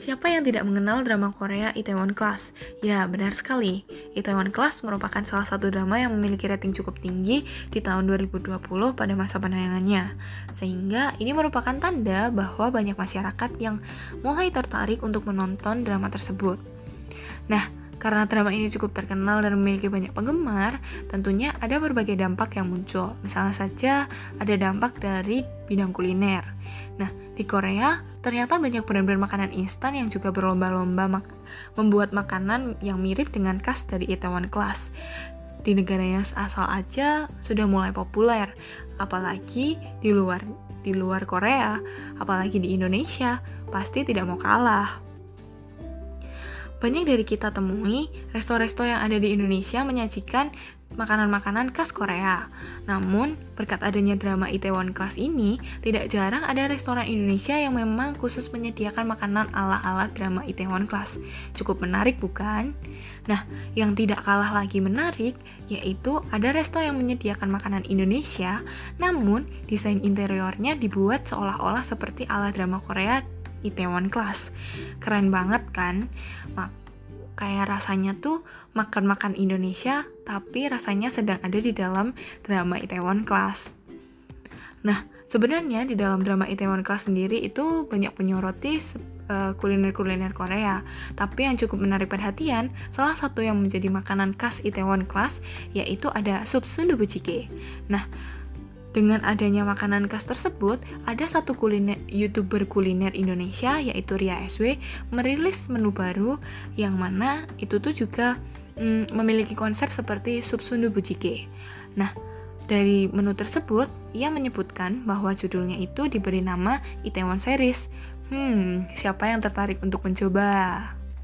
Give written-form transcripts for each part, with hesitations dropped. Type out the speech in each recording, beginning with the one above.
Siapa yang tidak mengenal drama Korea Itaewon Class? Ya, benar sekali. Itaewon Class merupakan salah satu drama yang memiliki rating cukup tinggi di tahun 2020 pada masa penayangannya. Sehingga ini merupakan tanda bahwa banyak masyarakat yang mulai tertarik untuk menonton drama tersebut. Nah, karena drama ini cukup terkenal dan memiliki banyak penggemar, tentunya ada berbagai dampak yang muncul. Misalnya saja ada dampak dari bidang kuliner. Nah, di Korea ternyata banyak brand-brand makanan instan yang juga berlomba-lomba membuat makanan yang mirip dengan khas dari Itaewon Class. Di negaranya asal aja sudah mulai populer, apalagi di luar Korea, apalagi di Indonesia, pasti tidak mau kalah. Banyak dari kita temui resto-resto yang ada di Indonesia menyajikan makanan-makanan khas Korea. Namun, berkat adanya drama Itaewon Class ini, tidak jarang ada restoran Indonesia yang memang khusus menyediakan makanan ala-ala drama Itaewon Class. Cukup menarik bukan? Nah, yang tidak kalah lagi menarik, yaitu ada resto yang menyediakan makanan Indonesia, namun desain interiornya dibuat seolah-olah seperti ala drama Korea Itaewon Class. Keren banget kan? Kayak rasanya tuh makan-makan Indonesia, tapi rasanya sedang ada di dalam drama Itaewon Class. Nah, sebenarnya di dalam drama Itaewon Class sendiri itu banyak menyoroti kuliner-kuliner Korea. Tapi yang cukup menarik perhatian, salah satu yang menjadi makanan khas Itaewon Class yaitu ada sup sundubujjigae. Nah, dengan adanya makanan khas tersebut, ada satu YouTuber kuliner Indonesia yaitu Ria SW merilis menu baru yang mana itu tuh juga memiliki konsep seperti sup sundubujjigae. Nah, dari menu tersebut, ia menyebutkan bahwa judulnya itu diberi nama Itaewon Series. Siapa yang tertarik untuk mencoba?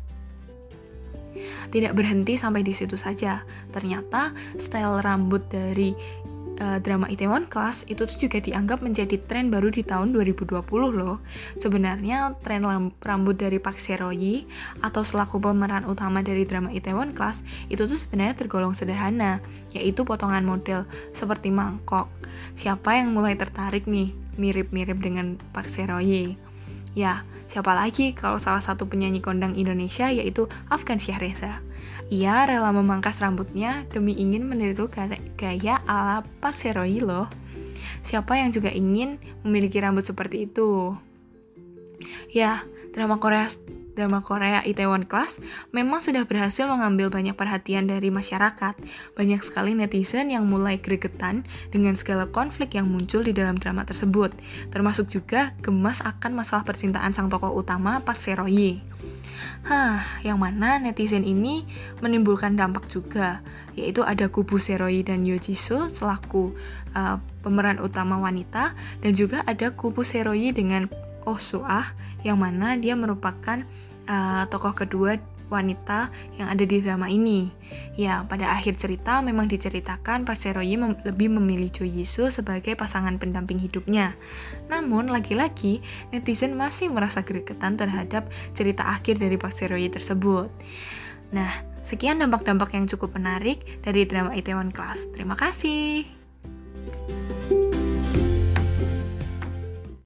Tidak berhenti sampai di situ saja. Ternyata style rambut dari drama Itaewon Class itu tuh juga dianggap menjadi tren baru di tahun 2020 loh. Sebenarnya tren rambut dari Park Se-royi atau selaku pemeran utama dari drama Itaewon Class itu tuh sebenarnya tergolong sederhana, yaitu potongan model seperti mangkok. Siapa yang mulai tertarik nih mirip-mirip dengan Park Se-royi? Ya, siapa lagi kalau salah satu penyanyi kondang Indonesia yaitu Afgan Syahreza. Ia rela memangkas rambutnya demi ingin meniru gaya ala Park Se-royi loh. Siapa yang juga ingin memiliki rambut seperti itu? Ya, drama Korea Itaewon Class memang sudah berhasil mengambil banyak perhatian dari masyarakat. Banyak sekali netizen yang mulai gregetan dengan segala konflik yang muncul di dalam drama tersebut, termasuk juga gemas akan masalah percintaan sang tokoh utama Park Se-royi. Yang mana netizen ini menimbulkan dampak juga, yaitu ada kubu Se-royi dan Yoo Ji-soo selaku pemeran utama wanita, dan juga ada kubu Se-royi dengan Oh Soo-ah yang mana dia merupakan tokoh kedua wanita yang ada di drama ini. Ya, pada akhir cerita memang diceritakan Park Se-royi lebih memilih Joo Ji-soo sebagai pasangan pendamping hidupnya. Namun, lagi-lagi netizen masih merasa gregetan terhadap cerita akhir dari Park Se-royi tersebut. Nah, sekian dampak-dampak yang cukup menarik dari drama Itaewon Class. Terima kasih.